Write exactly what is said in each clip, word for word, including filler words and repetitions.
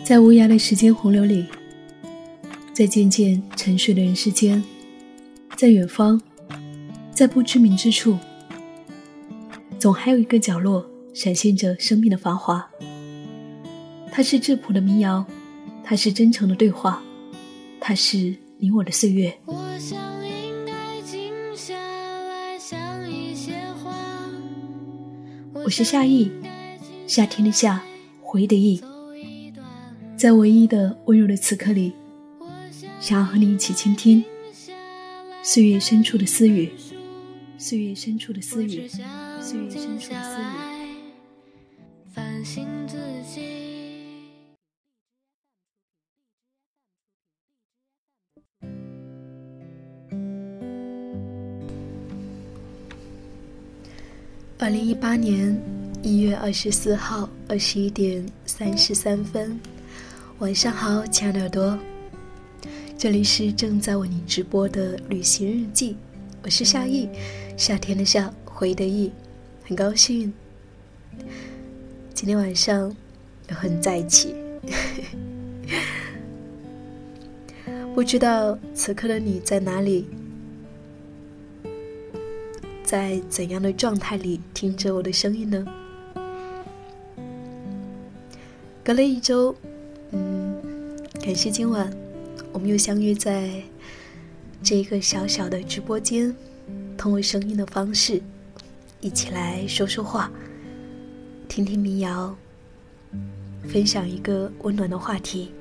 在无涯的时间洪流里，在渐渐沉睡的人世间，在远方，在不知名之处，总还有一个角落闪现着生命的繁华。它是质朴的民谣，它是真诚的对话，它是你我的岁月。 我想应该静下来想一些话。 我是夏意，夏天的夏，回忆的忆。在唯一的温柔的此刻里，想要和你一起倾听岁月深处的私语，岁月深处的私语，岁月深处的私语。 反省自己。 二零一八年一月二十四号二十一点三十三分，晚上好，亲爱的耳朵，这里是正在为你直播的旅行日记，我是夏意，夏天的夏，回忆的忆，很高兴今天晚上又和你在一起。不知道此刻的你在哪里，在怎样的状态里听着我的声音呢？隔了一周，嗯，感谢今晚我们又相约在这一个小小的直播间，通过声音的方式一起来说说话，听听民谣，分享一个温暖的话题。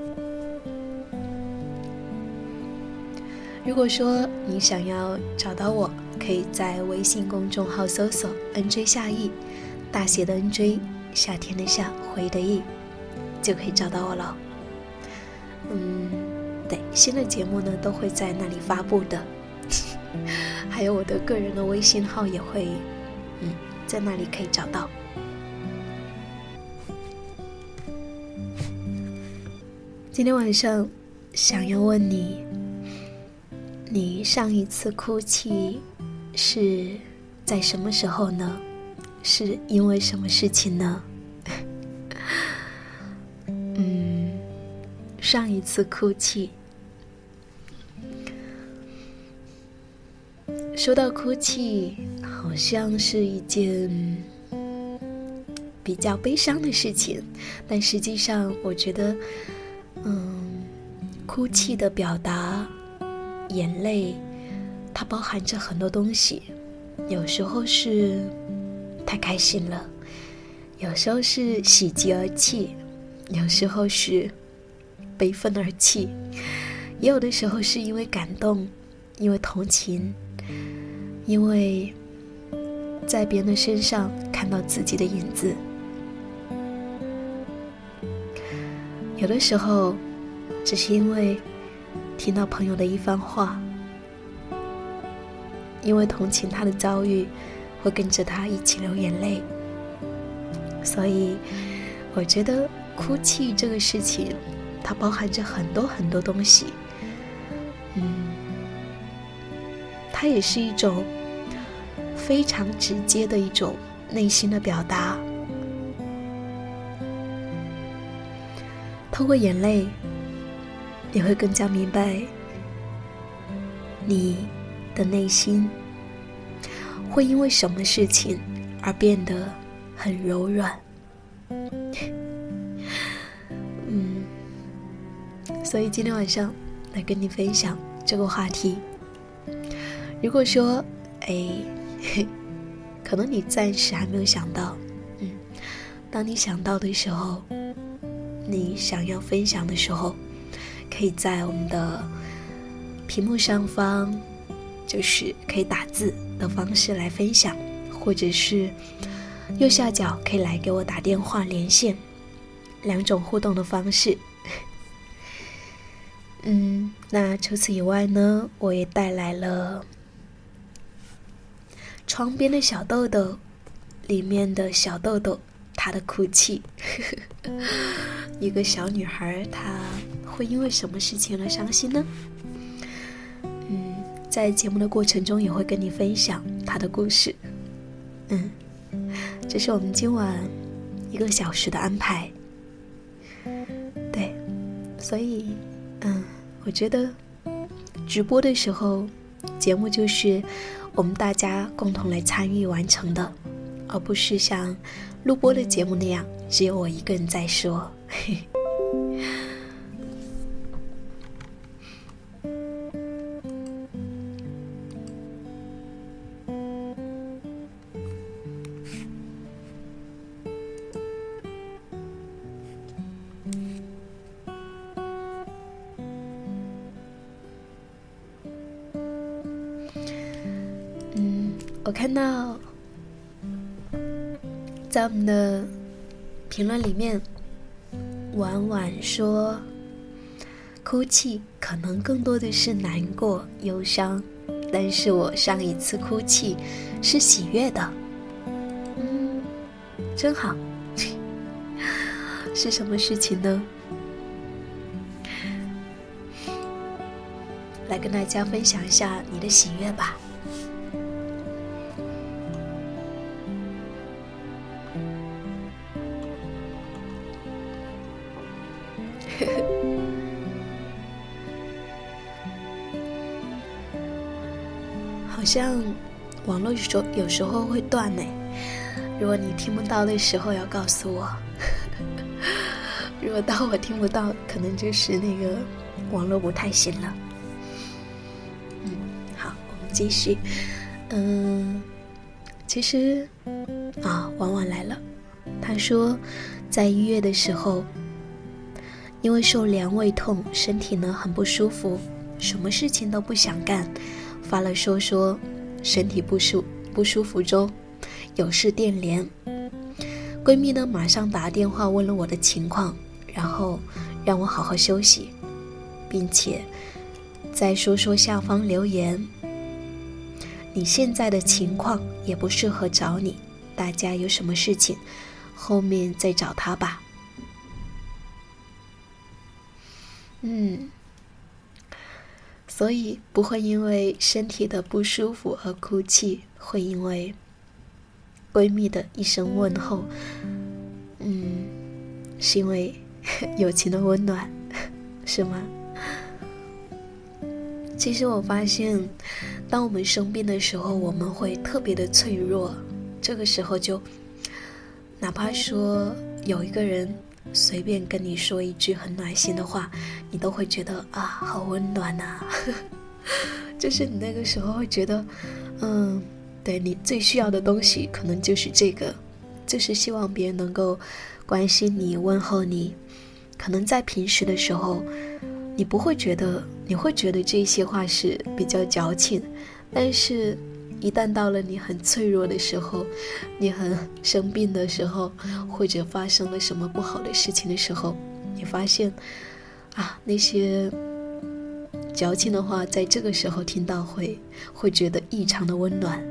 如果说你想要找到我，可以在微信公众号搜索 N J 夏意，大写的 N J， 夏天的夏，回忆的忆，就可以找到我了。嗯，对，新的节目呢都会在那里发布的，还有我的个人的微信号也会，嗯，在那里可以找到。今天晚上想要问你，你上一次哭泣是在什么时候呢？是因为什么事情呢？嗯，上一次哭泣，说到哭泣，好像是一件比较悲伤的事情，但实际上我觉得，嗯，哭泣的表达，眼泪它包含着很多东西，有时候是太开心了，有时候是喜极而泣，有时候是悲愤而泣，也有的时候是因为感动，因为同情，因为在别人的身上看到自己的影子，有的时候只是因为听到朋友的一番话，因为同情他的遭遇，会跟着他一起流眼泪。所以我觉得哭泣这个事情，它包含着很多很多东西。嗯，它也是一种非常直接的一种内心的表达。透过眼泪，你会更加明白你的内心会因为什么事情而变得很柔软。嗯，所以今天晚上来跟你分享这个话题。如果说哎，可能你暂时还没有想到，嗯，当你想到的时候，你想要分享的时候，可以在我们的屏幕上方，就是可以打字的方式来分享，或者是右下角可以来给我打电话连线，两种互动的方式。嗯，那除此以外呢，我也带来了窗边的小豆豆里面的小豆豆她的哭泣。一个小女孩，她会因为什么事情而伤心呢？嗯，在节目的过程中也会跟你分享她的故事。嗯，这是我们今晚一个小时的安排。 所以嗯，我觉得直播的时候节目就是我们大家共同来参与完成的，而不是像录播的节目那样只有我一个人在说。我看到在我们的评论里面，婉婉说哭泣可能更多的是难过忧伤，但是我上一次哭泣是喜悦的。嗯，真好。是什么事情呢？来跟大家分享一下你的喜悦吧。好像网络有时候有时候会断呢，如果你听不到的时候要告诉我。如果当我听不到，可能就是那个网络不太行了。嗯，好，我们继续。嗯，其实啊，婉婉来了，她说在一月的时候，因为受凉胃痛，身体呢很不舒服，什么事情都不想干，发了说说身体不舒不舒服中有事电联。闺蜜呢马上打电话问了我的情况，然后让我好好休息，并且在说说下方留言，你现在的情况也不适合找你，大家有什么事情后面再找他吧。嗯，所以不会因为身体的不舒服而哭泣，会因为闺蜜的一声问候，嗯，是因为友情的温暖，是吗？其实我发现，当我们生病的时候，我们会特别的脆弱，这个时候就哪怕说有一个人随便跟你说一句很暖心的话，你都会觉得啊，好温暖啊。就是你那个时候会觉得，嗯，对，你最需要的东西可能就是这个，就是希望别人能够关心你，问候你。可能在平时的时候，你不会觉得，你会觉得这些话是比较矫情，但是一旦到了你很脆弱的时候，你很生病的时候，或者发生了什么不好的事情的时候，你发现啊，那些矫情的话在这个时候听到会会觉得异常的温暖。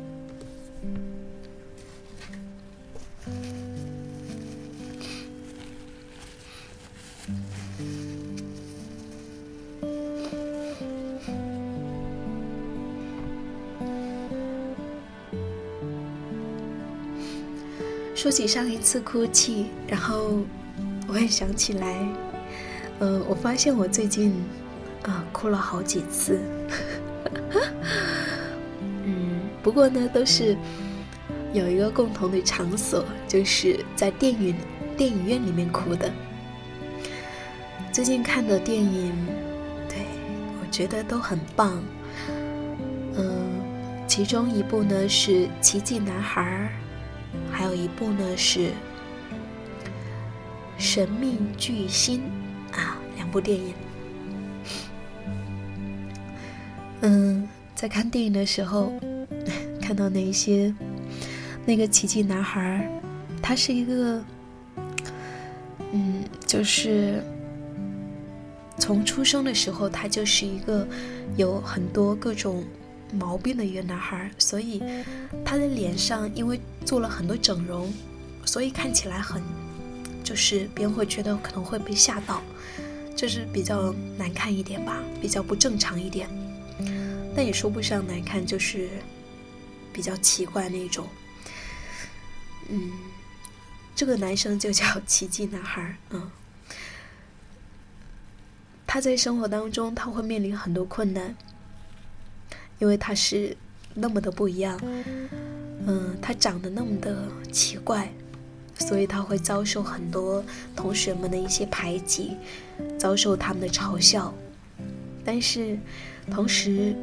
说起上一次哭泣，然后我也想起来，呃，我发现我最近啊、呃、哭了好几次，嗯，不过呢都是有一个共同的场所，就是在电影电影院里面哭的。最近看的电影，对，我觉得都很棒，嗯、呃，其中一部呢是《奇迹男孩》。还有一部呢是神秘巨星啊，两部电影。嗯，在看电影的时候看到那些那个奇迹男孩，他是一个嗯就是从出生的时候他就是一个有很多各种毛病的一个男孩，所以他的脸上因为做了很多整容，所以看起来很就是别人会觉得可能会被吓到，就是比较难看一点吧，比较不正常一点，但也说不上难看，就是比较奇怪那种。嗯，这个男生就叫奇迹男孩。嗯， 他在生活当中他会面临很多困难，因为他是那么的不一样，嗯，他长得那么的奇怪，所以他会遭受很多同学们的一些排挤，遭受他们的嘲笑。但是同时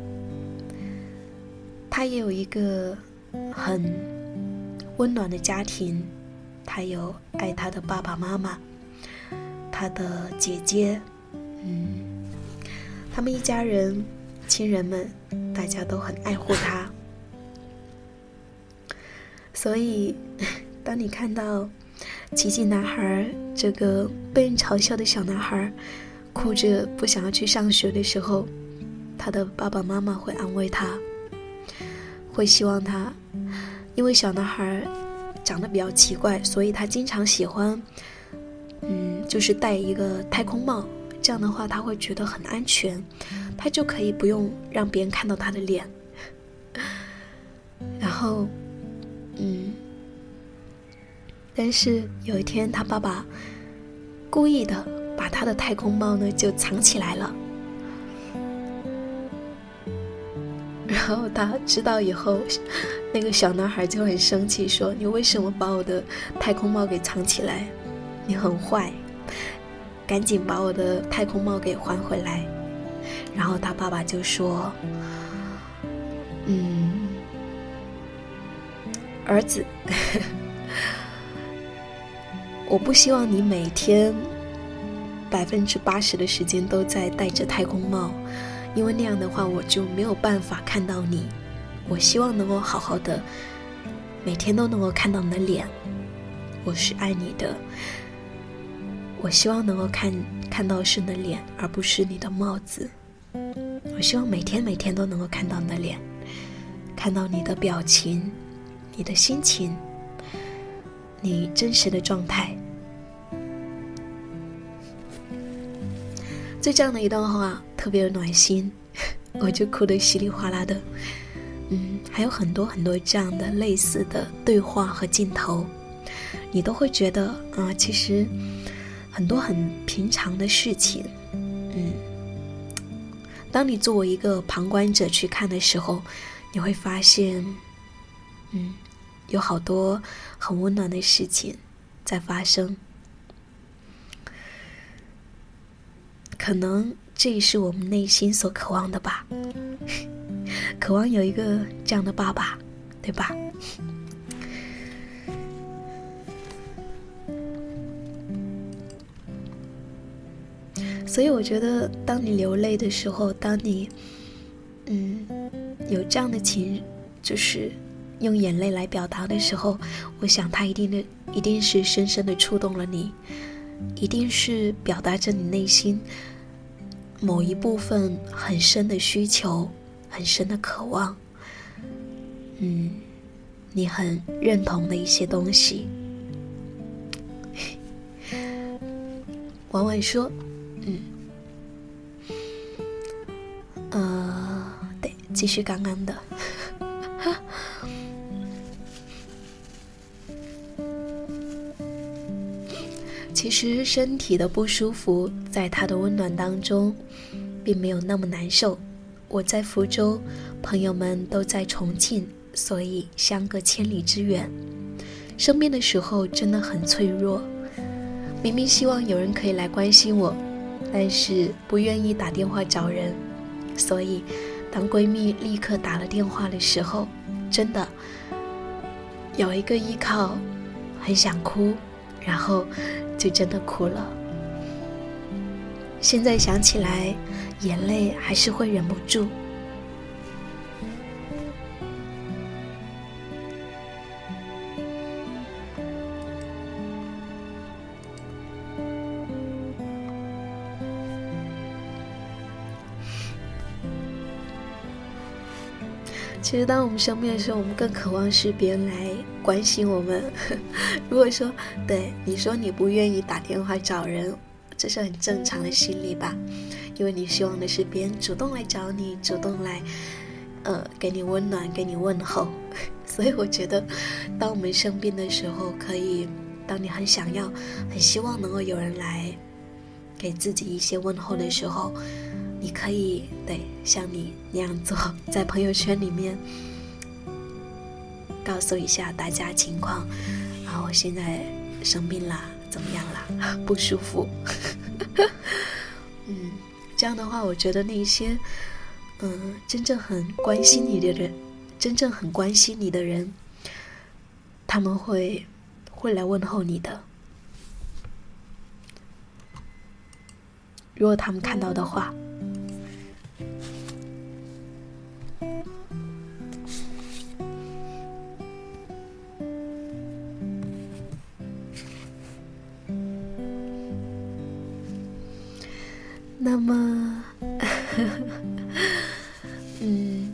他也有一个很温暖的家庭，他有爱他的爸爸妈妈，他的姐姐，嗯，他们一家人亲人们大家都很爱护他。所以当你看到奇迹男孩这个被人嘲笑的小男孩哭着不想要去上学的时候，他的爸爸妈妈会安慰他，会希望他，因为小男孩长得比较奇怪，所以他经常喜欢嗯，就是戴一个太空帽，这样的话他会觉得很安全，他就可以不用让别人看到他的脸。然后嗯，但是有一天他爸爸故意的把他的太空帽呢就藏起来了，然后他知道以后，那个小男孩就很生气，说你为什么把我的太空帽给藏起来，你很坏，赶紧把我的太空帽给还回来。然后他爸爸就说，嗯，儿子我不希望你每天百分之八十的时间都在戴着太空帽，因为那样的话我就没有办法看到你。我希望能够好好的每天都能够看到你的脸，我是爱你的，我希望能够看看到是你的脸，而不是你的帽子。我希望每天每天都能够看到你的脸，看到你的表情，你的心情，你真实的状态。就这样的一段话特别的暖心，我就哭得稀里哗啦的。嗯，还有很多很多这样的类似的对话和镜头，你都会觉得啊、呃，其实很多很平常的事情，嗯，当你作为一个旁观者去看的时候，你会发现，嗯，有好多很温暖的事情在发生。可能这也是我们内心所渴望的吧，渴望有一个这样的爸爸，对吧？所以我觉得当你流泪的时候，当你嗯有这样的情，就是用眼泪来表达的时候，我想它一定的一定是深深的触动了你，一定是表达着你内心某一部分很深的需求，很深的渴望，嗯，你很认同的一些东西。婉婉说，嗯，呃，对，继续刚刚的。其实身体的不舒服在它的温暖当中并没有那么难受。我在福州，朋友们都在重庆，所以相隔千里之远，生病的时候真的很脆弱，明明希望有人可以来关心我，但是不愿意打电话找人，所以当闺蜜立刻打了电话的时候，真的有一个依靠，很想哭，然后就真的哭了。现在想起来，眼泪还是会忍不住。其实当我们生病的时候，我们更渴望是别人来关心我们。如果说对你说你不愿意打电话找人，这是很正常的心理吧，因为你希望的是别人主动来找你，主动来呃给你温暖，给你问候。所以我觉得当我们生病的时候，可以当你很想要很希望能够有人来给自己一些问候的时候，你可以对像你那样做，在朋友圈里面告诉一下大家情况啊，我现在生病啦，怎么样啦，不舒服。嗯，这样的话，我觉得那些嗯真正很关心你的人，真正很关心你的人，他们会会来问候你的。如果他们看到的话。那么嗯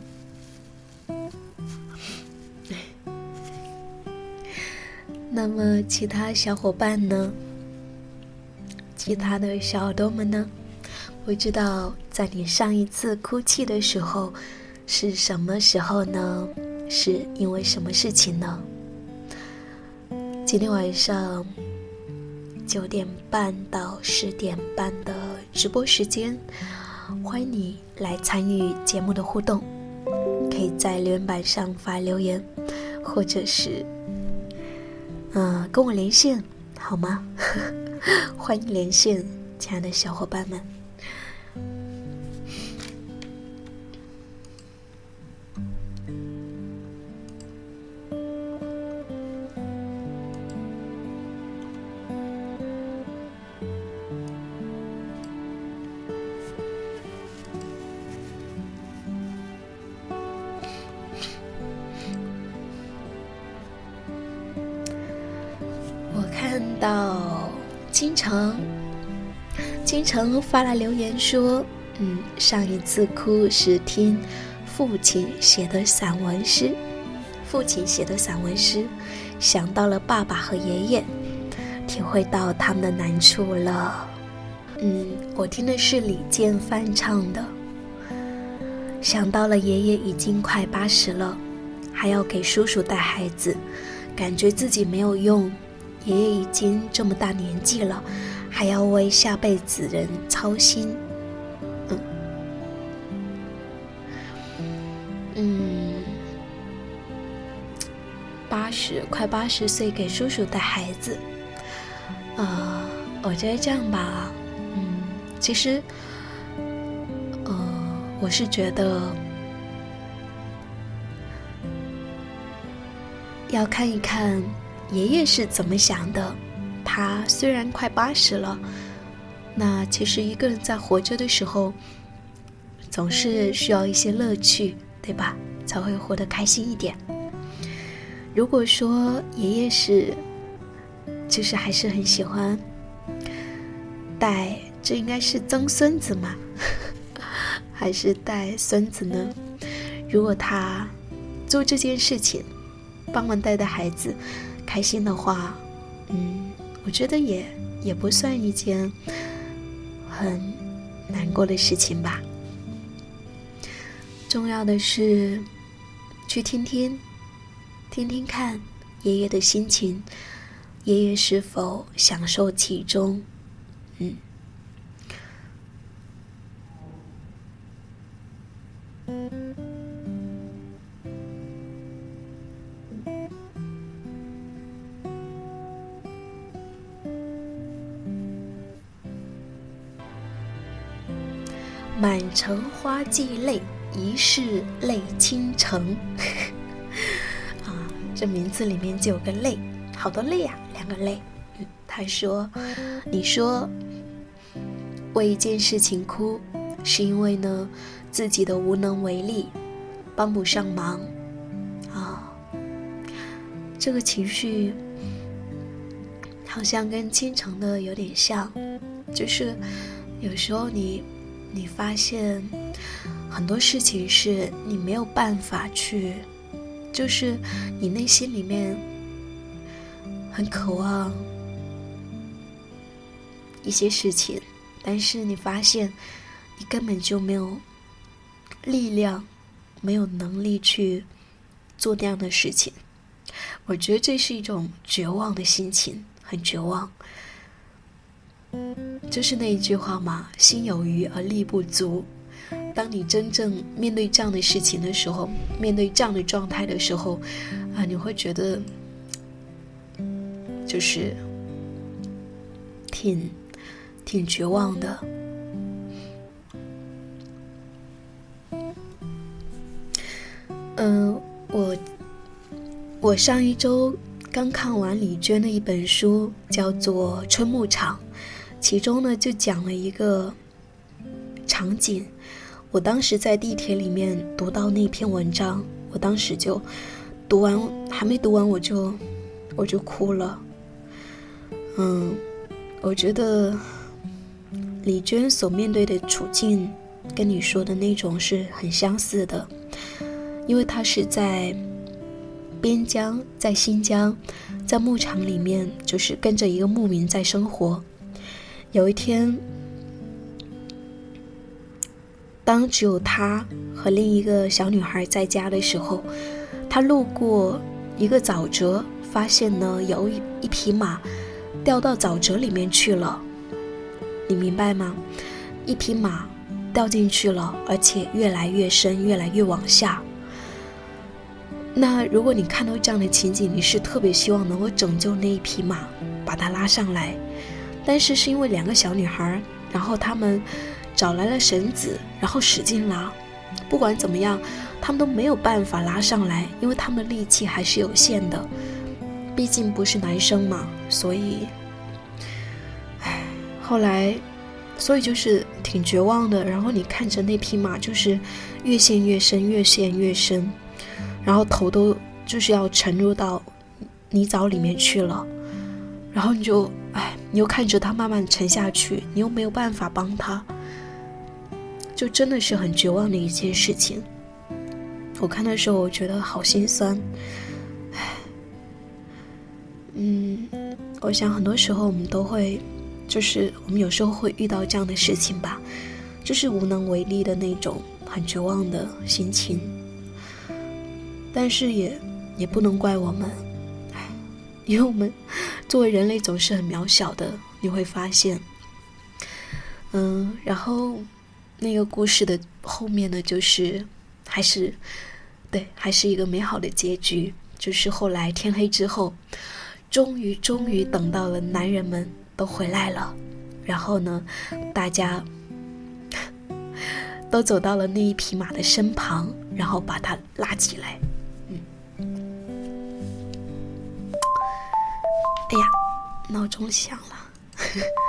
那么其他小伙伴呢，其他的小耳朵们呢，不知道在你上一次哭泣的时候是什么时候呢？是因为什么事情呢？今天晚上九点半到十点半的直播时间，欢迎你来参与节目的互动，可以在留言板上发留言，或者是嗯、呃、跟我连线好吗？欢迎连线，亲爱的小伙伴们。看到金城，金城发来留言说，嗯，上一次哭是听父亲写的散文诗，父亲写的散文诗，想到了爸爸和爷爷，体会到他们的难处了。嗯，我听的是李健翻唱的，想到了爷爷已经快八十了，还要给叔叔带孩子，感觉自己没有用。爷爷已经这么大年纪了，还要为下辈子人操心。嗯嗯，八十快八十岁给叔叔带孩子，呃，我觉得这样吧，嗯，其实，呃，我是觉得要看一看。爷爷是怎么想的？他虽然快八十了，那其实一个人在活着的时候，总是需要一些乐趣，对吧？才会活得开心一点。如果说爷爷是，就是还是很喜欢带，这应该是曾孙子嘛，还是带孙子呢？如果他做这件事情，帮忙带带孩子。开心的话，嗯，我觉得也也不算一件很难过的事情吧。重要的是去听听，听听看爷爷的心情，爷爷是否享受其中，嗯。满城花季泪，疑是泪倾城。啊，这名字里面就有个泪，好多泪啊，两个泪。嗯，他说，你说为一件事情哭，是因为呢自己的无能为力，帮不上忙啊。这个情绪好像跟倾城的有点像，就是有时候你。你发现很多事情是你没有办法去，就是你内心里面很渴望一些事情，但是你发现你根本就没有力量，没有能力去做那样的事情。我觉得这是一种绝望的心情，很绝望。 就是那一句话嘛，心有余而力不足。当你真正面对这样的事情的时候，面对这样的状态的时候啊，你会觉得就是挺挺绝望的。嗯，我我上一周刚看完李娟的一本书，叫做《春牧场》，其中呢就讲了一个场景。我当时在地铁里面读到那篇文章，我当时就读完，还没读完我就我就哭了。嗯，我觉得李娟所面对的处境跟你说的那种是很相似的，因为她是在边疆，在新疆，在牧场里面，就是跟着一个牧民在生活。有一天，当只有他和另一个小女孩在家的时候，他路过一个沼泽，发现呢有一一匹马掉到沼泽里面去了。你明白吗？一匹马掉进去了，而且越来越深，越来越往下。那如果你看到这样的情景，你是特别希望能够拯救那一匹马，把它拉上来。但是是因为两个小女孩，然后他们找来了绳子，然后使劲拉，不管怎么样他们都没有办法拉上来，因为他们的力气还是有限的，毕竟不是男生嘛。所以唉，后来所以就是挺绝望的。然后你看着那匹马就是越陷越深，越陷越深，然后头都就是要沉入到泥沼里面去了，然后你就唉，你又看着它慢慢沉下去，你又没有办法帮它，就真的是很绝望的一件事情。我看的时候我觉得好心酸。唉，嗯，我想很多时候我们都会，就是我们有时候会遇到这样的事情吧，就是无能为力的那种很绝望的心情。但是也也不能怪我们，因为我们作为人类总是很渺小的，你会发现。嗯，然后那个故事的后面呢，就是还是对，还是一个美好的结局，就是后来天黑之后，终于终于等到了男人们都回来了，然后呢，大家都走到了那一匹马的身旁，然后把它拉起来。哎呀，闹钟响了。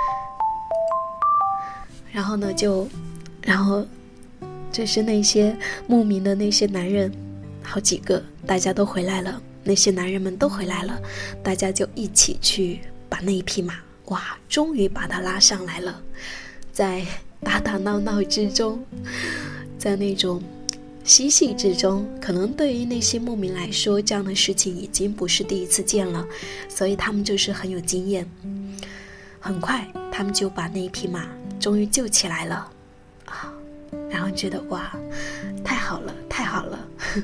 然后呢就然后就是那些牧民的那些男人，好几个，大家都回来了，那些男人们都回来了，大家就一起去把那一匹马，哇，终于把它拉上来了。在打打闹闹之中，在那种嬉戏之中，可能对于那些牧民来说，这样的事情已经不是第一次见了，所以他们就是很有经验。很快他们就把那一匹马终于救起来了啊，然后觉得哇，太好了太好了。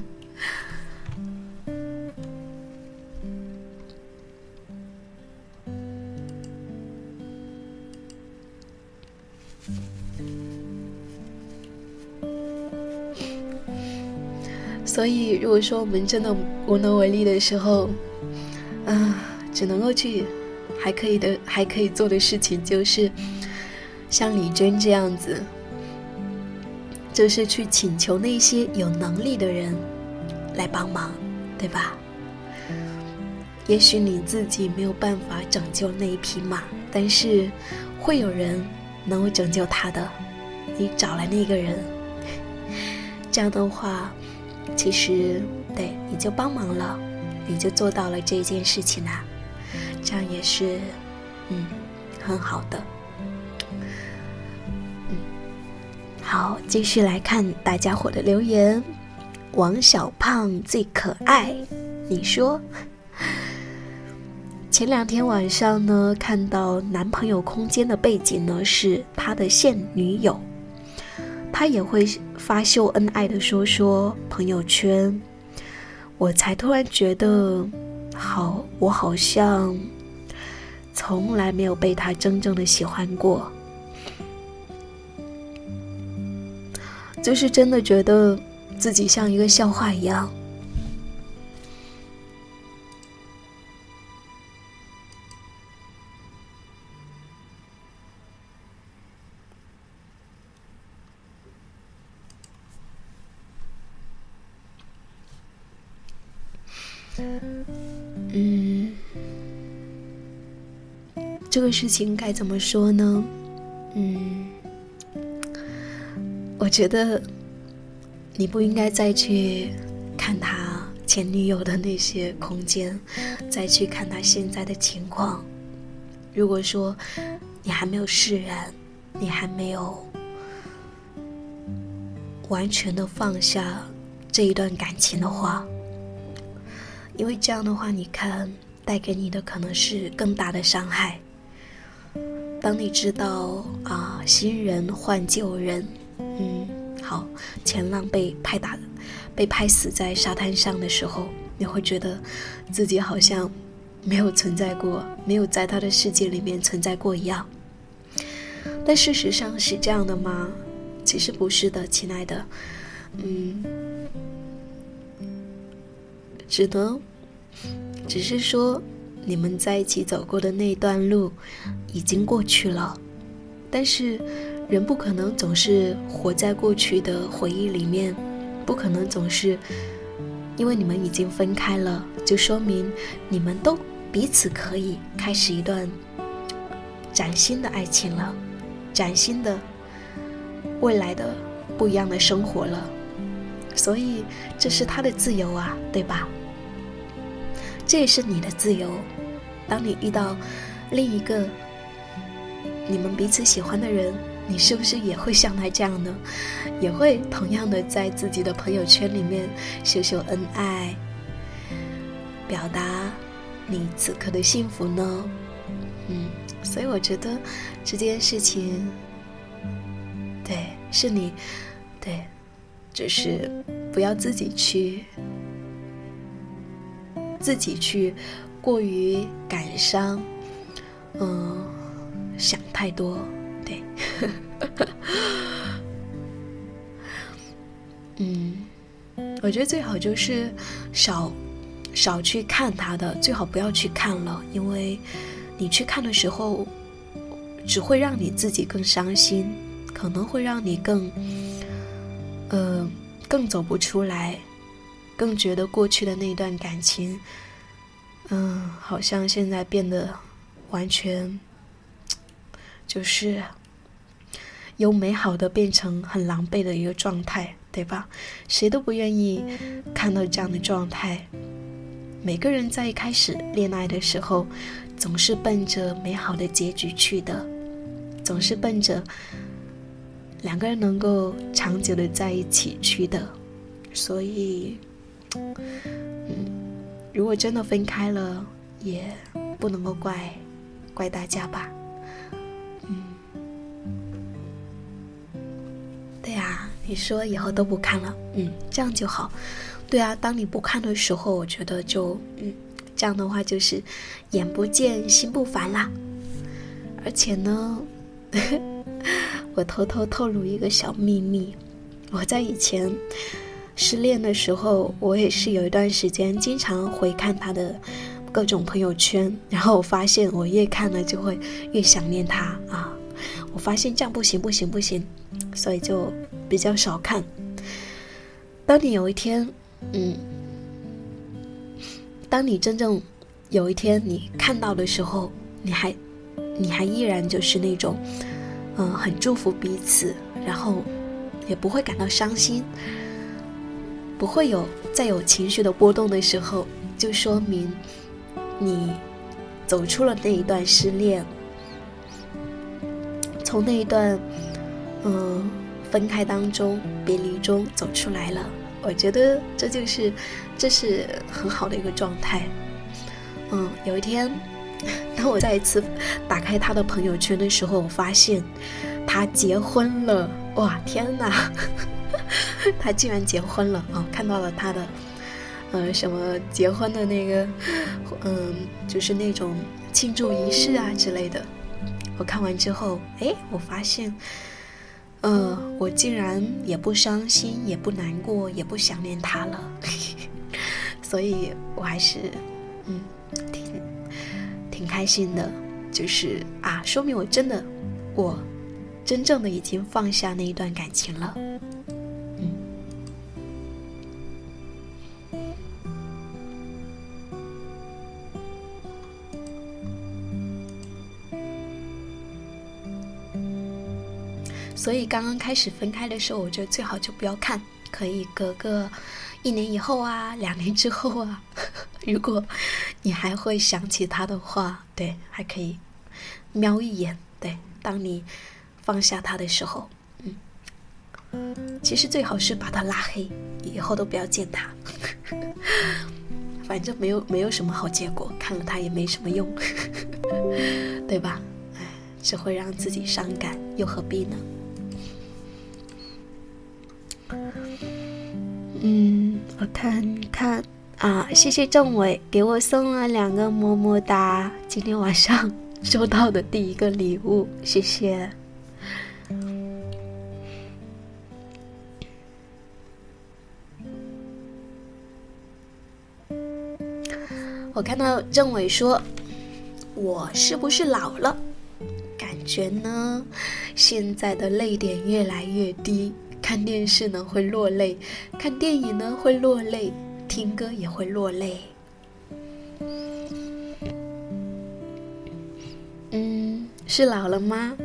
所以如果说我们真的无能为力的时候，嗯、呃，只能够去还可以的还可以做的事情就是像李娟这样子，就是去请求那些有能力的人来帮忙，对吧？也许你自己没有办法拯救那一匹马，但是会有人能够拯救他的，你找来那个人，这样的话其实对你就帮忙了，你就做到了这件事情啦，这样也是嗯很好的。嗯，好，继续来看大家伙的留言。王小胖最可爱，你说前两天晚上呢，看到男朋友空间的背景呢是他的现女友，他也会发秀恩爱的说说朋友圈，我才突然觉得好，我好像从来没有被他真正的喜欢过， 就是真的觉得自己像一个笑话一样。嗯，这个事情该怎么说呢？嗯，我觉得你不应该再去看他前女友的那些空间，再去看他现在的情况。如果说你还没有释然，你还没有完全的放下这一段感情的话，因为这样的话，你看带给你的可能是更大的伤害。当你知道啊，新人换旧人，嗯，好，前浪被拍打，被拍死在沙滩上的时候，你会觉得自己好像没有存在过，没有在他的世界里面存在过一样。但事实上是这样的吗？其实不是的，亲爱的。嗯，只能只是说你们在一起走过的那段路已经过去了，但是人不可能总是活在过去的回忆里面，不可能总是因为你们已经分开了，就说明你们都彼此可以开始一段崭新的爱情了，崭新的未来的不一样的生活了。所以这是他的自由啊，对吧？这也是你的自由。当你遇到另一个你们彼此喜欢的人，你是不是也会像他这样呢？也会同样的在自己的朋友圈里面秀秀恩爱，表达你此刻的幸福呢？嗯，所以我觉得这件事情，对，是你，对，就是不要自己去自己去过于感伤，嗯，想太多，对。嗯，我觉得最好就是少少去看他的，最好不要去看了，因为你去看的时候只会让你自己更伤心，可能会让你更呃更走不出来，更觉得过去的那段感情嗯，好像现在变得完全就是由美好的变成很狼狈的一个状态，对吧？谁都不愿意看到这样的状态。每个人在一开始恋爱的时候总是奔着美好的结局去的，总是奔着两个人能够长久的在一起去的。所以嗯，如果真的分开了，也不能够怪怪大家吧。嗯，对啊，你说以后都不看了，嗯，这样就好。对啊，当你不看的时候，我觉得就嗯，这样的话就是眼不见心不烦啦。而且呢我偷偷透露一个小秘密，我在以前失恋的时候，我也是有一段时间经常回看他的各种朋友圈，然后我发现我越看了就会越想念他啊，我发现这样不行不行不行，所以就比较少看。当你有一天嗯，当你真正有一天你看到的时候，你还你还依然就是那种嗯很祝福彼此，然后也不会感到伤心，不会有再有情绪的波动的时候，就说明你走出了那一段失恋，从那一段嗯分开当中别离中走出来了。我觉得这就是这是很好的一个状态。嗯，有一天当我再一次打开他的朋友圈的时候，我发现他结婚了。哇，天哪他竟然结婚了哦！看到了他的呃什么结婚的那个嗯就是那种庆祝仪式啊之类的。我看完之后，诶，我发现呃，我竟然也不伤心，也不难过，也不想念他了。所以我还是嗯挺挺开心的，就是啊，说明我真的我真正的已经放下那一段感情了。嗯，所以刚刚开始分开的时候，我觉得最好就不要看，可以隔个一年以后啊，两年之后啊，如果你还会想起他的话，对，还可以瞄一眼。对，当你放下他的时候，嗯，其实最好是把他拉黑，以后都不要见他。反正没有没有什么好结果，看了他也没什么用，对吧？哎，只会让自己伤感，又何必呢？嗯，我看看啊，谢谢政委给我送了两个么么哒，今天晚上收到的第一个礼物，谢谢。我看到政委说，我是不是老了？感觉呢，现在的泪点越来越低。看电视呢会落泪，看电影呢会落泪，听歌也会落泪。嗯，是老了吗？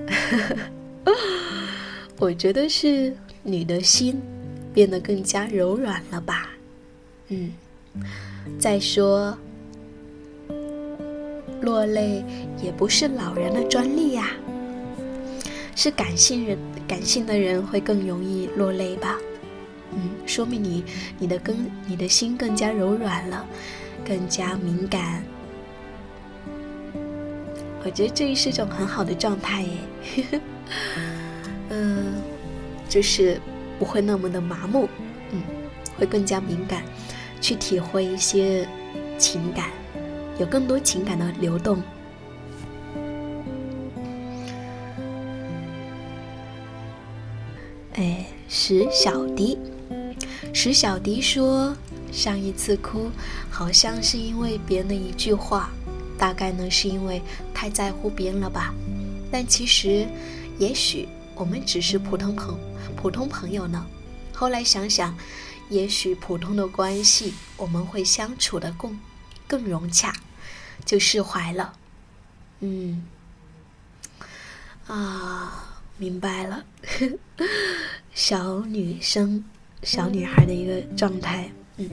我觉得是你的心变得更加柔软了吧。嗯，再说，落泪也不是老人的专利呀，是感性人。感性的人会更容易落泪吧，嗯，说明你你的更你的心更加柔软了，更加敏感。我觉得这是一种很好的状态耶，嗯、呃，就是不会那么的麻木，嗯，会更加敏感，去体会一些情感，有更多情感的流动。哎，石小迪，石小迪说，上一次哭好像是因为别人的一句话，大概呢是因为太在乎别人了吧。但其实，也许我们只是普通朋普通朋友呢。后来想想，也许普通的关系我们会相处的更更融洽，就释怀了。嗯，啊。明白了，小女生、小女孩的一个状态，嗯。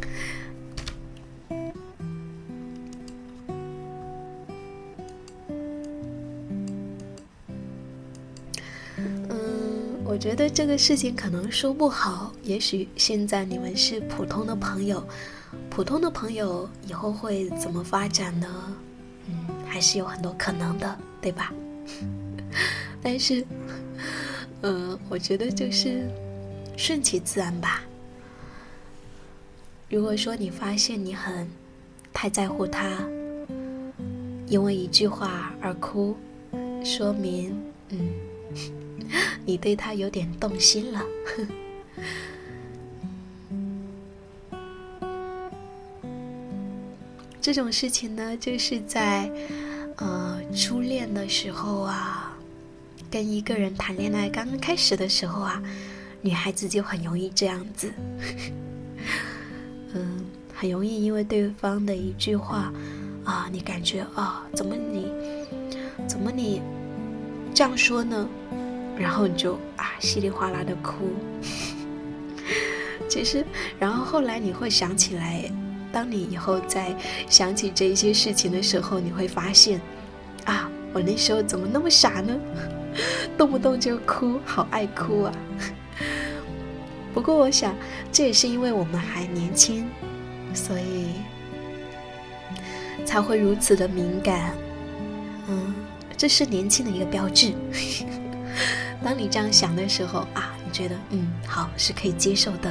嗯，我觉得这个事情可能说不好，也许现在你们是普通的朋友，普通的朋友以后会怎么发展呢？嗯，还是有很多可能的，对吧？但是嗯、呃，我觉得就是顺其自然吧。如果说你发现你很太在乎他，因为一句话而哭，说明嗯，你对他有点动心了。这种事情呢，就是在呃初恋的时候啊，跟一个人谈恋爱刚刚开始的时候啊，女孩子就很容易这样子，嗯，很容易因为对方的一句话啊，你感觉啊，怎么你怎么你这样说呢？然后你就啊稀里哗啦的哭。其实，然后后来你会想起来，当你以后再想起这些事情的时候，你会发现，啊，我那时候怎么那么傻呢？动不动就哭，好爱哭啊！不过我想，这也是因为我们还年轻，所以才会如此的敏感。嗯，这是年轻的一个标志。当你这样想的时候啊，你觉得嗯好，是可以接受的。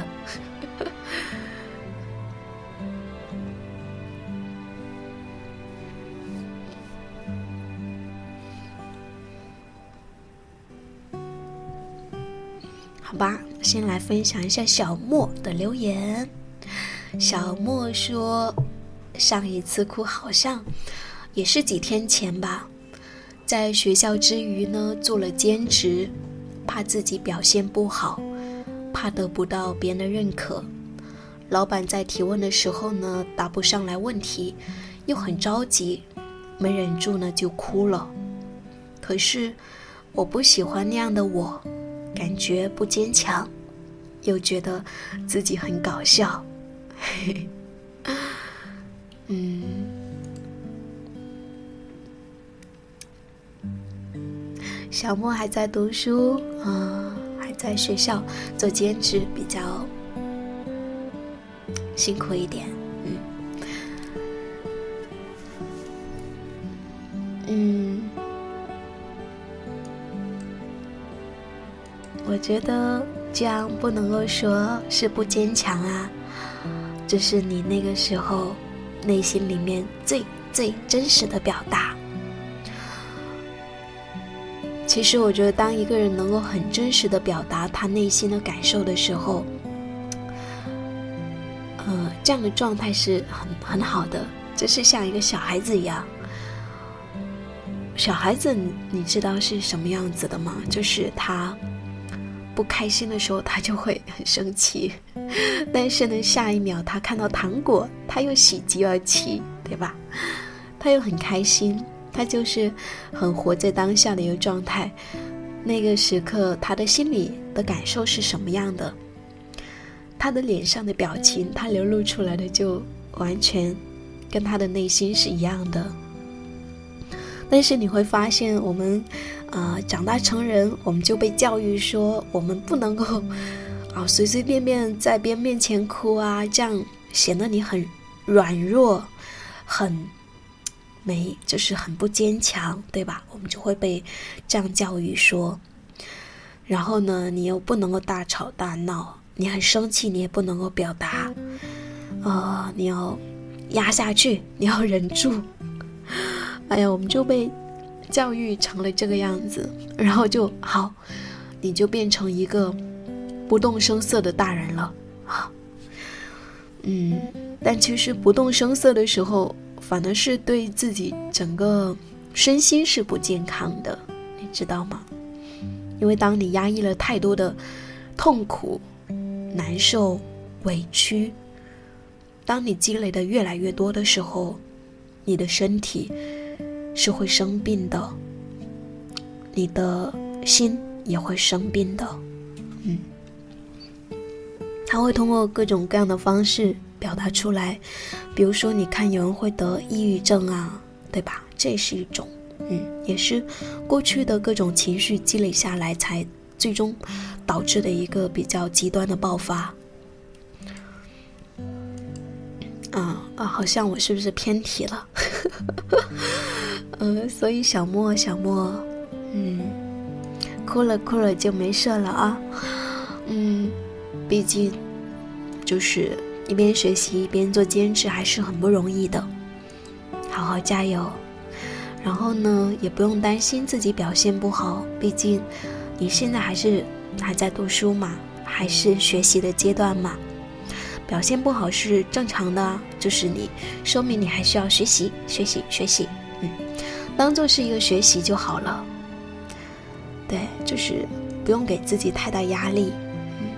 好吧，先来分享一下小莫的留言。小莫说，上一次哭好像也是几天前吧，在学校之余呢，做了兼职，怕自己表现不好，怕得不到别人的认可。老板在提问的时候呢，答不上来问题，又很着急，没忍住呢就哭了。可是我不喜欢那样的我，感觉不坚强，又觉得自己很搞笑。嗯，小莫还在读书，嗯，还在学校做兼职，比较辛苦一点。嗯嗯，我觉得这样不能够说是不坚强啊，这是你那个时候内心里面最最真实的表达。其实我觉得当一个人能够很真实的表达他内心的感受的时候，呃，这样的状态是很很好的，就是像一个小孩子一样。小孩子你知道是什么样子的吗？就是他不开心的时候他就会很生气，但是呢下一秒他看到糖果他又喜极而泣，对吧？他又很开心，他就是很活在当下的一个状态。那个时刻他的心里的感受是什么样的，他的脸上的表情他流露出来的就完全跟他的内心是一样的。但是你会发现我们呃，长大成人，我们就被教育说我们不能够啊随随便便在别人面前哭啊，这样显得你很软弱，很没就是很不坚强，对吧？我们就会被这样教育说。然后呢，你又不能够大吵大闹，你很生气你也不能够表达，呃，你要压下去，你要忍住。哎呀，我们就被教育成了这个样子，然后就好，你就变成一个不动声色的大人了。嗯，但其实不动声色的时候，反而是对自己整个身心是不健康的，你知道吗？因为当你压抑了太多的痛苦、难受、委屈，当你积累的越来越多的时候，你的身体是会生病的，你的心也会生病的。嗯，他会通过各种各样的方式表达出来，比如说你看有人会得抑郁症啊，对吧？这也是一种，嗯，也是过去的各种情绪积累下来才最终导致的一个比较极端的爆发。啊啊，好像我是不是偏题了？呃，所以小莫小莫，嗯，哭了哭了就没事了啊。嗯，毕竟就是一边学习一边做兼职还是很不容易的，好好加油。然后呢，也不用担心自己表现不好，毕竟你现在还是还在读书嘛，还是学习的阶段嘛。表现不好是正常的，就是你说明你还需要学习学习学习，嗯，当做是一个学习就好了。对，就是不用给自己太大压力。嗯，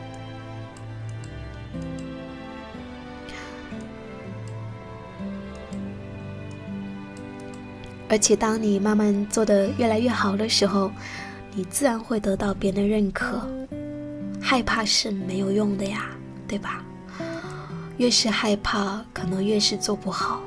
而且当你慢慢做得越来越好的时候，你自然会得到别人的认可。害怕是没有用的呀，对吧？越是害怕，可能越是做不好。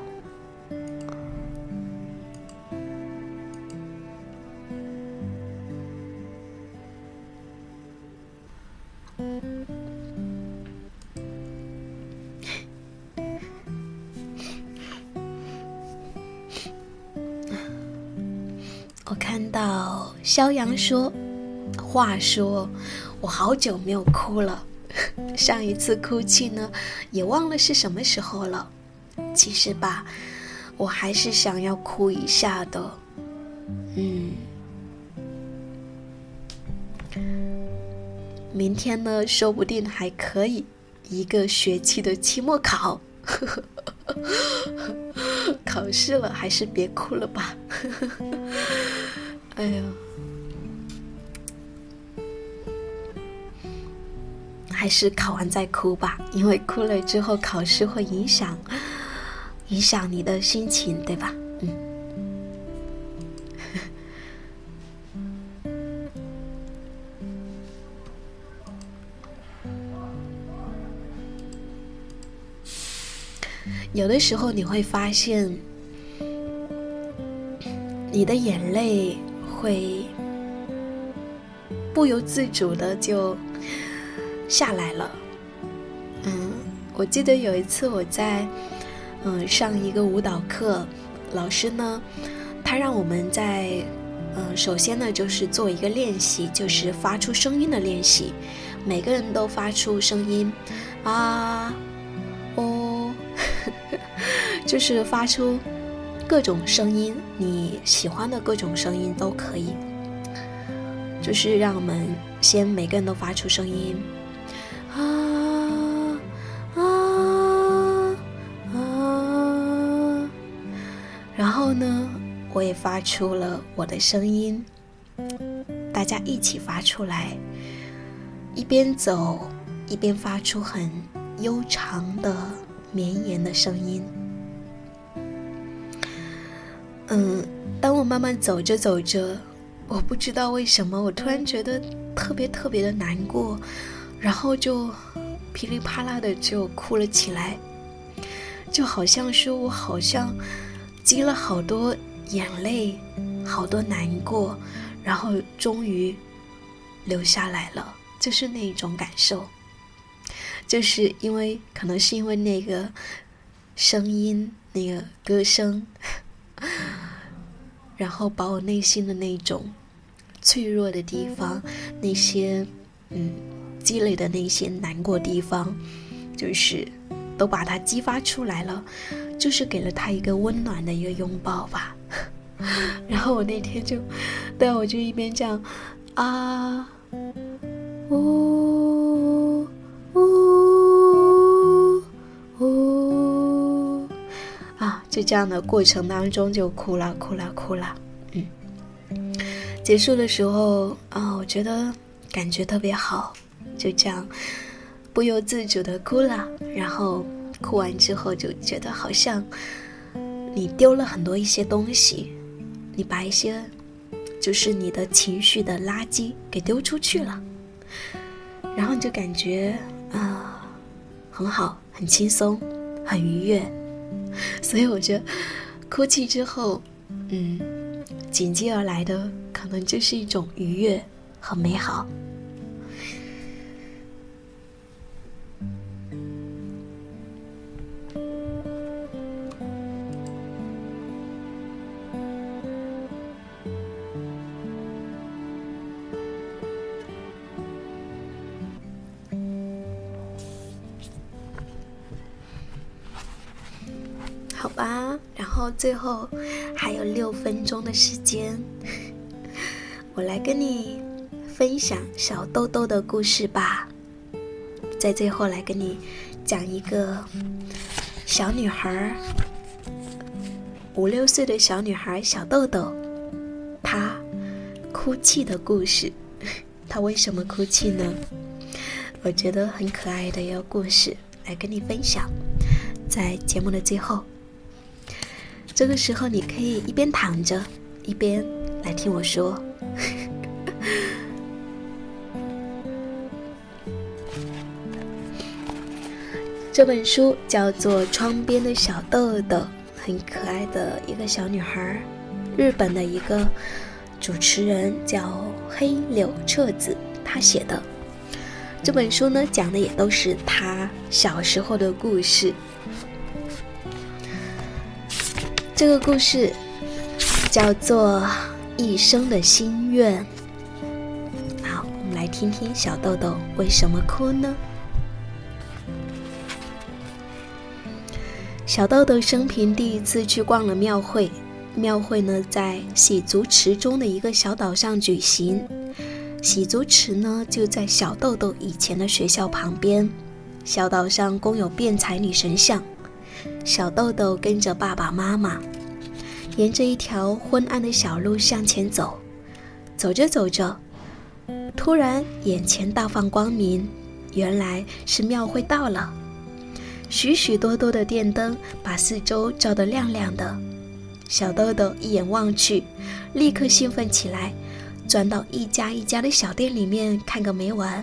我看到肖阳说，话说我好久没有哭了，上一次哭泣呢也忘了是什么时候了。其实吧，我还是想要哭一下的。嗯， 明天呢，说不定还可以一个学期的期末考。考试了，还是别哭了吧。哎呀，还是考完再哭吧，因为哭了之后考试会影响影响你的心情，对吧？嗯。有的时候你会发现，你的眼泪会不由自主的就下来了。嗯，我记得有一次我在嗯上一个舞蹈课，老师呢，他让我们在嗯首先呢就是做一个练习，就是发出声音的练习，每个人都发出声音啊。哦，就是发出各种声音，你喜欢的各种声音都可以。就是让我们先每个人都发出声音，啊啊啊，然后呢，我也发出了我的声音，大家一起发出来，一边走一边发出很悠长的绵延的声音。嗯，当我慢慢走着走着，我不知道为什么我突然觉得特别特别的难过，然后就噼里啪啦的就哭了起来，就好像说我好像积了好多眼泪，好多难过，然后终于流下来了，就是那一种感受。就是因为可能是因为那个声音，那个歌声，然后把我内心的那种脆弱的地方，那些嗯积累的那些难过地方，就是都把它激发出来了，就是给了他一个温暖的一个拥抱吧。然后我那天就对，我就一边这样啊呜呜呜啊，就这样的过程当中就哭了哭了哭了。嗯，结束的时候啊，我觉得感觉特别好，就这样不由自主的哭了。然后哭完之后就觉得好像你丢了很多一些东西，你把一些就是你的情绪的垃圾给丢出去了，然后你就感觉啊很好，很轻松，很愉悦。所以我觉得哭泣之后嗯紧接而来的可能就是一种愉悦和美好。好吧，然后最后还有六分钟的时间，我来跟你分享小豆豆的故事吧。在最后来跟你讲一个小女孩，五六岁的小女孩小豆豆，她哭泣的故事。她为什么哭泣呢？我觉得很可爱的一个故事，来跟你分享。在节目的最后，这个时候你可以一边躺着一边来听我说。这本书叫做《窗边的小豆豆》，很可爱的一个小女孩，日本的一个主持人叫黑柳彻子，她写的这本书呢，讲的也都是她小时候的故事。这个故事叫做《一生的心愿》。好，我们来听听小豆豆为什么哭呢？小豆豆生平第一次去逛了庙会，庙会呢在喜足池中的一个小岛上举行。 洗足池呢就在小豆豆以前的学校旁边。小岛上供有辩才女神像，小豆豆跟着爸爸妈妈，沿着一条昏暗的小路向前走。走着走着，突然眼前大放光明，原来是庙会到了。许许多多的电灯把四周照得亮亮的。小豆豆一眼望去，立刻兴奋起来，钻到一家一家的小店里面看个没完。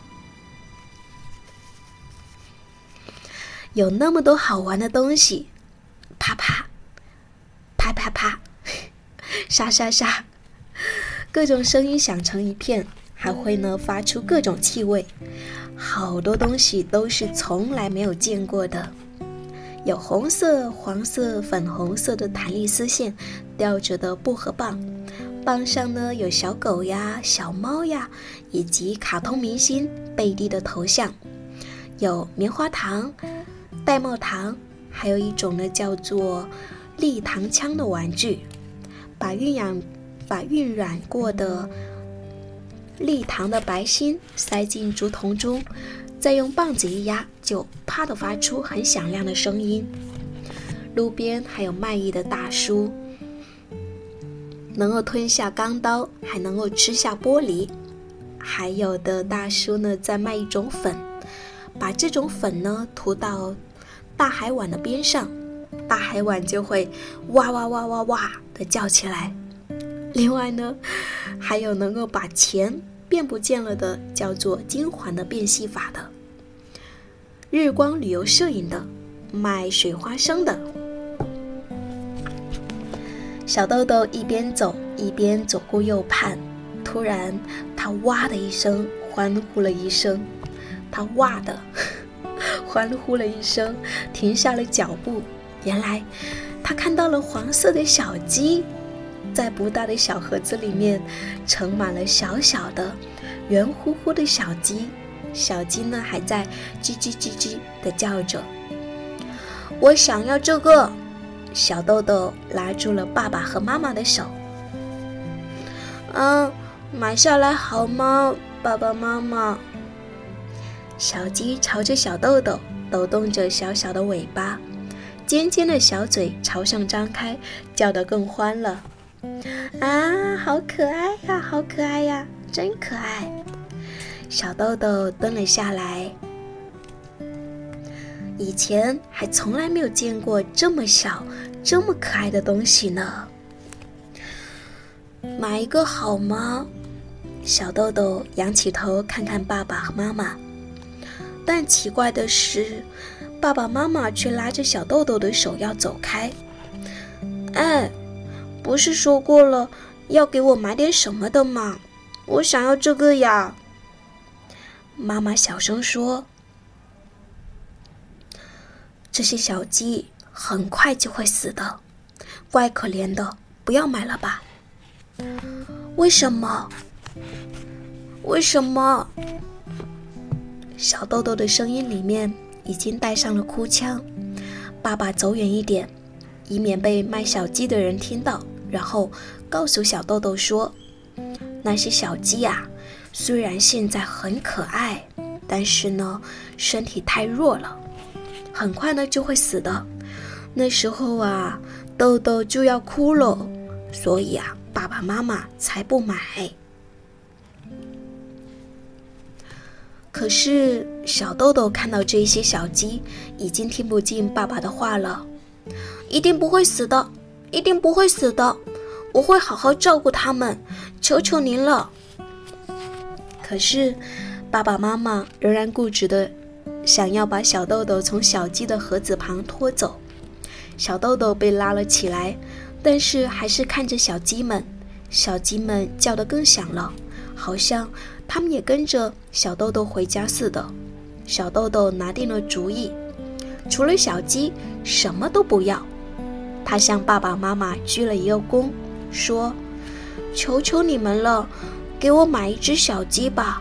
有那么多好玩的东西，啪啪啪啪啪，沙沙沙，各种声音响成一片，还会呢发出各种气味，好多东西都是从来没有见过的。有红色、黄色、粉红色的弹力丝线吊着的薄荷棒，棒上呢有小狗呀、小猫呀，以及卡通明星贝蒂的头像。有棉花糖、玳瑁糖，还有一种呢叫做立糖枪的玩具，把晕染把晕染过的立糖的白芯塞进竹筒中，再用棒子一压，就啪地发出很响亮的声音。路边还有卖艺的大叔，能够吞下钢刀，还能够吃下玻璃。还有的大叔呢在卖一种粉，把这种粉呢涂到大海碗的边上，大海碗就会哇哇哇哇哇地叫起来。另外呢，还有能够把钱变不见了的，叫做金环的变戏法的，日光旅游摄影的，卖水花生的。小豆豆一边走一边左顾右盼，突然他哇的一声欢呼了一声，他哇的欢呼了一声，停下了脚步。原来他看到了黄色的小鸡，在不大的小盒子里面盛满了小小的圆乎乎的小鸡，小鸡呢还在叽叽叽叽地叫着。我想要这个。小豆豆拉住了爸爸和妈妈的手。嗯，买下来好吗，爸爸妈妈？小鸡朝着小豆豆抖动着小小的尾巴，尖尖的小嘴朝上张开，叫得更欢了。啊，好可爱呀，好可爱呀，真可爱！小豆豆蹲了下来，以前还从来没有见过这么小、这么可爱的东西呢。买一个好吗？小豆豆仰起头看看爸爸和妈妈，但奇怪的是，爸爸妈妈却拉着小豆豆的手要走开。哎，不是说过了要给我买点什么的吗？我想要这个呀。妈妈小声说，这些小鸡很快就会死的，怪可怜的，不要买了吧。为什么？为什么？小豆豆的声音里面已经带上了哭腔。爸爸走远一点，以免被卖小鸡的人听到，然后告诉小豆豆说，那些小鸡呀、啊，虽然现在很可爱，但是呢身体太弱了，很快呢就会死的。那时候啊，豆豆就要哭了，所以啊爸爸妈妈才不买。可是小豆豆看到这些小鸡，已经听不进爸爸的话了。一定不会死的，一定不会死的，我会好好照顾他们，求求您了。可是爸爸妈妈仍然固执的想要把小豆豆从小鸡的盒子旁拖走。小豆豆被拉了起来，但是还是看着小鸡们，小鸡们叫得更响了，好像他们也跟着小豆豆回家似的。小豆豆拿定了主意，除了小鸡什么都不要。他向爸爸妈妈鞠了一个躬，说，求求你们了，给我买一只小鸡吧。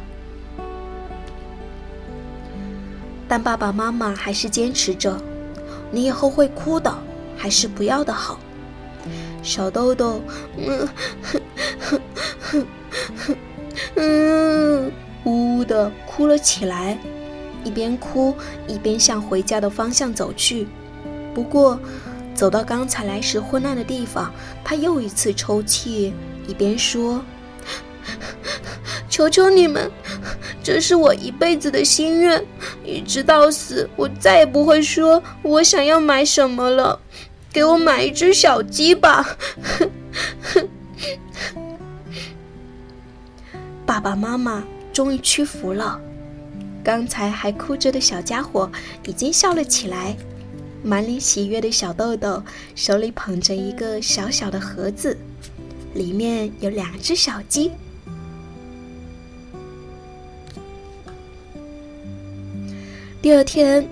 但爸爸妈妈还是坚持着，你以后会哭的，还是不要的好。小豆豆嗯，呵呵呵呵嗯，呜呜的哭了起来，一边哭一边向回家的方向走去。不过走到刚才来时昏暗的地方，他又一次抽泣，一边说，求求你们，这是我一辈子的心愿，一直到死我再也不会说我想要买什么了，给我买一只小鸡吧。爸爸妈妈终于屈服了，刚才还哭着的小家伙已经笑了起来，满脸喜悦的小豆豆手里捧着一个小小的盒子，里面有两只小鸡。第二天，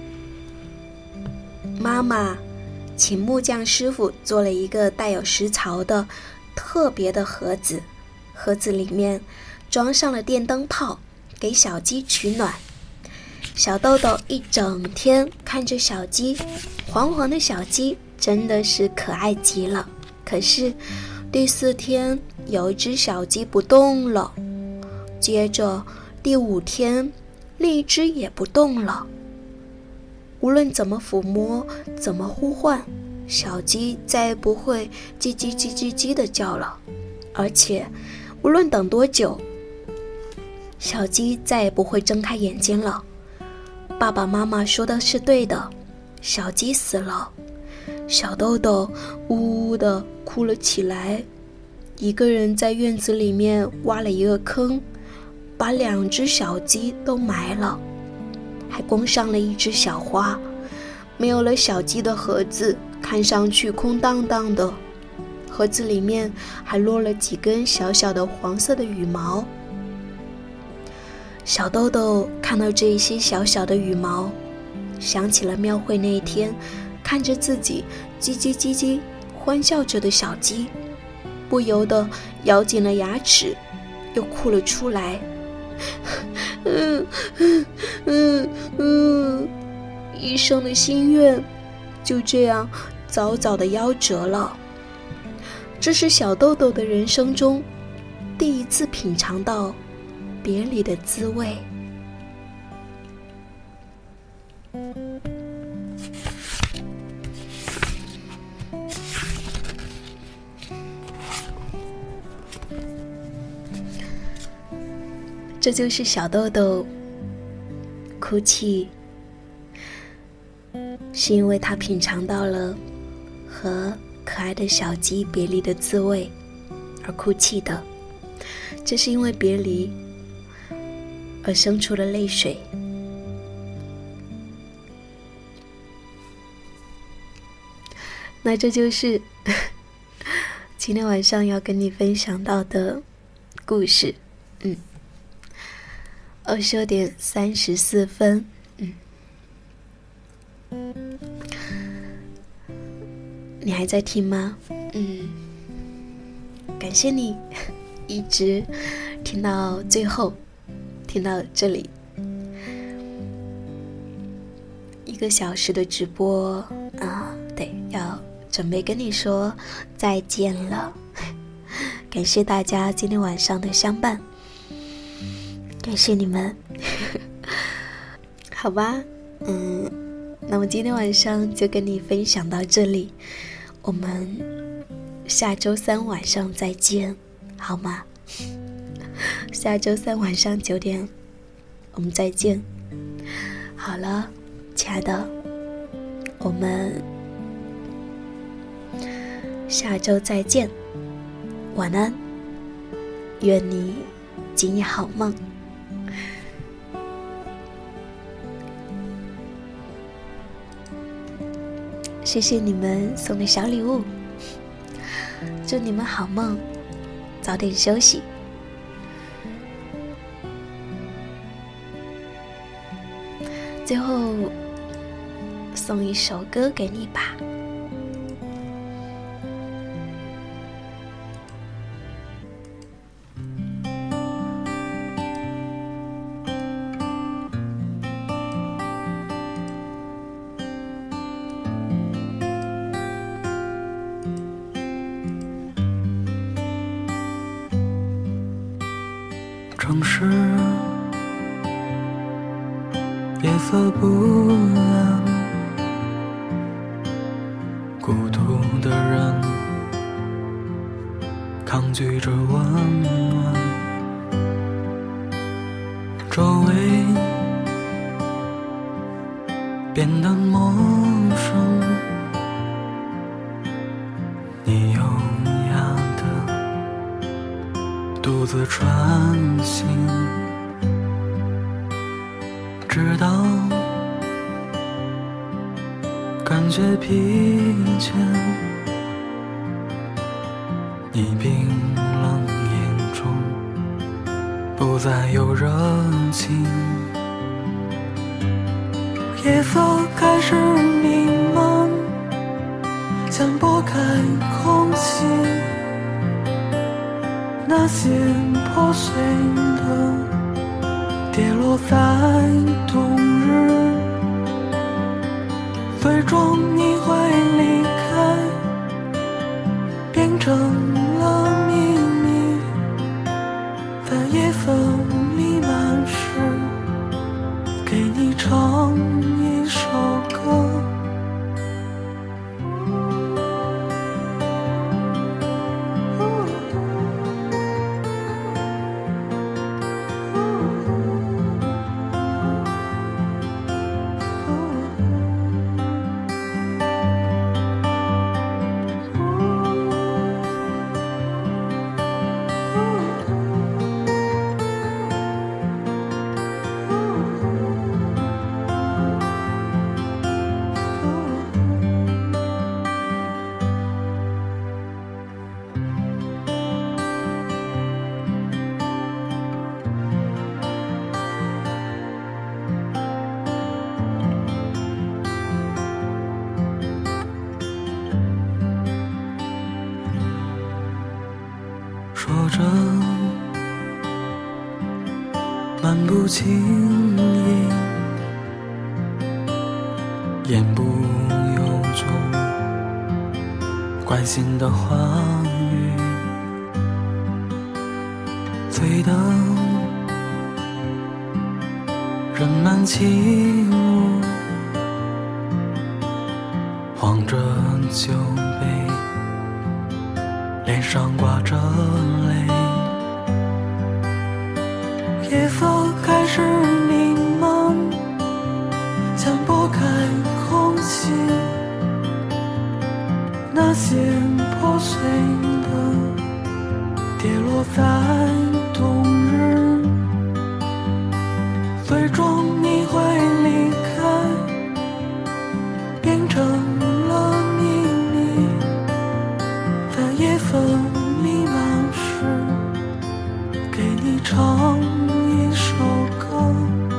妈妈请木匠师傅做了一个带有石槽的特别的盒子，盒子里面装上了电灯泡，给小鸡取暖。小豆豆一整天看着小鸡，黄黄的小鸡真的是可爱极了。可是第四天，有一只小鸡不动了，接着第五天，另一只也不动了。无论怎么抚摸，怎么呼唤，小鸡再也不会叽叽叽叽叽地叫了。而且无论等多久，小鸡再也不会睁开眼睛了。爸爸妈妈说的是对的，小鸡死了。小豆豆呜呜地哭了起来，一个人在院子里面挖了一个坑，把两只小鸡都埋了，还供上了一只小花。没有了小鸡的盒子看上去空荡荡的，盒子里面还落了几根小小的黄色的羽毛。小豆豆看到这些小小的羽毛，想起了庙会那一天看着自己叽叽叽叽欢笑着的小鸡，不由得咬紧了牙齿，又哭了出来。嗯嗯嗯嗯，一生的心愿就这样早早的夭折了。这是小豆豆的人生中第一次品尝到别离的滋味。这就是小豆豆哭泣，是因为他品尝到了和可爱的小鸡别离的滋味而哭泣的。这是因为别离而生出了泪水。那这就是今天晚上要跟你分享到的故事。嗯，二十二点三十四分。嗯，你还在听吗？嗯，感谢你一直听到最后，听到这里。一个小时的直播啊，对，要准备跟你说再见了。感谢大家今天晚上的相伴，感谢你们。好吧，嗯，那么今天晚上就跟你分享到这里，我们下周三晚上再见，好吗？下周三晚上九点我们再见。好了，亲爱的，我们下周再见，晚安，愿你今夜好梦。谢谢你们送的小礼物，祝你们好梦，早点休息。最后送一首歌给你吧。 城市，夜色不安，孤独的人抗拒着温暖，周围变得陌生，你优雅的独自穿行，直到感觉疲倦，你冰冷眼中不再有热情，夜色开始弥漫，想拨开空气，那些破碎的跌落在冬日，最终你会离开，变成了秘密，在夜色弥漫时给你唱一首歌。说着漫不经意，言不由衷，关心的话语，醉得人满其屋，晃着酒杯，脸上挂着泪，夜色开始弥漫，想拨开空气，那些破碎的跌落在冬日，最终你会离开，变成了秘密，在夜色弥漫时给你唱一首歌。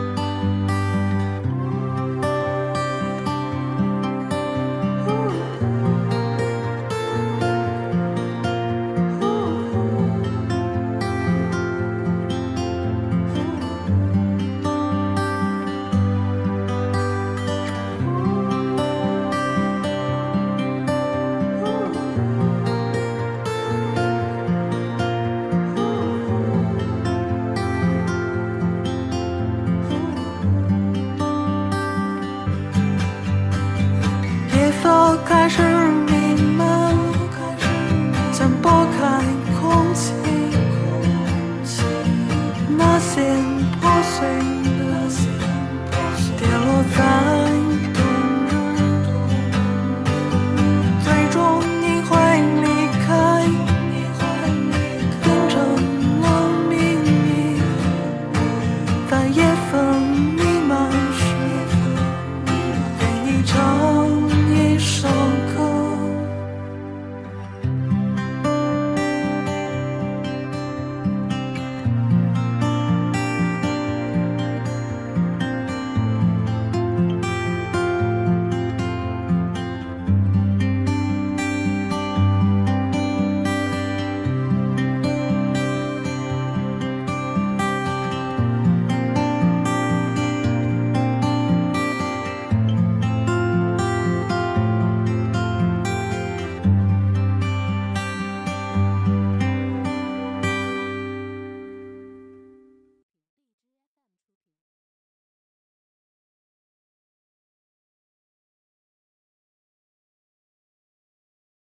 夜色开始弥漫，想拨开空气，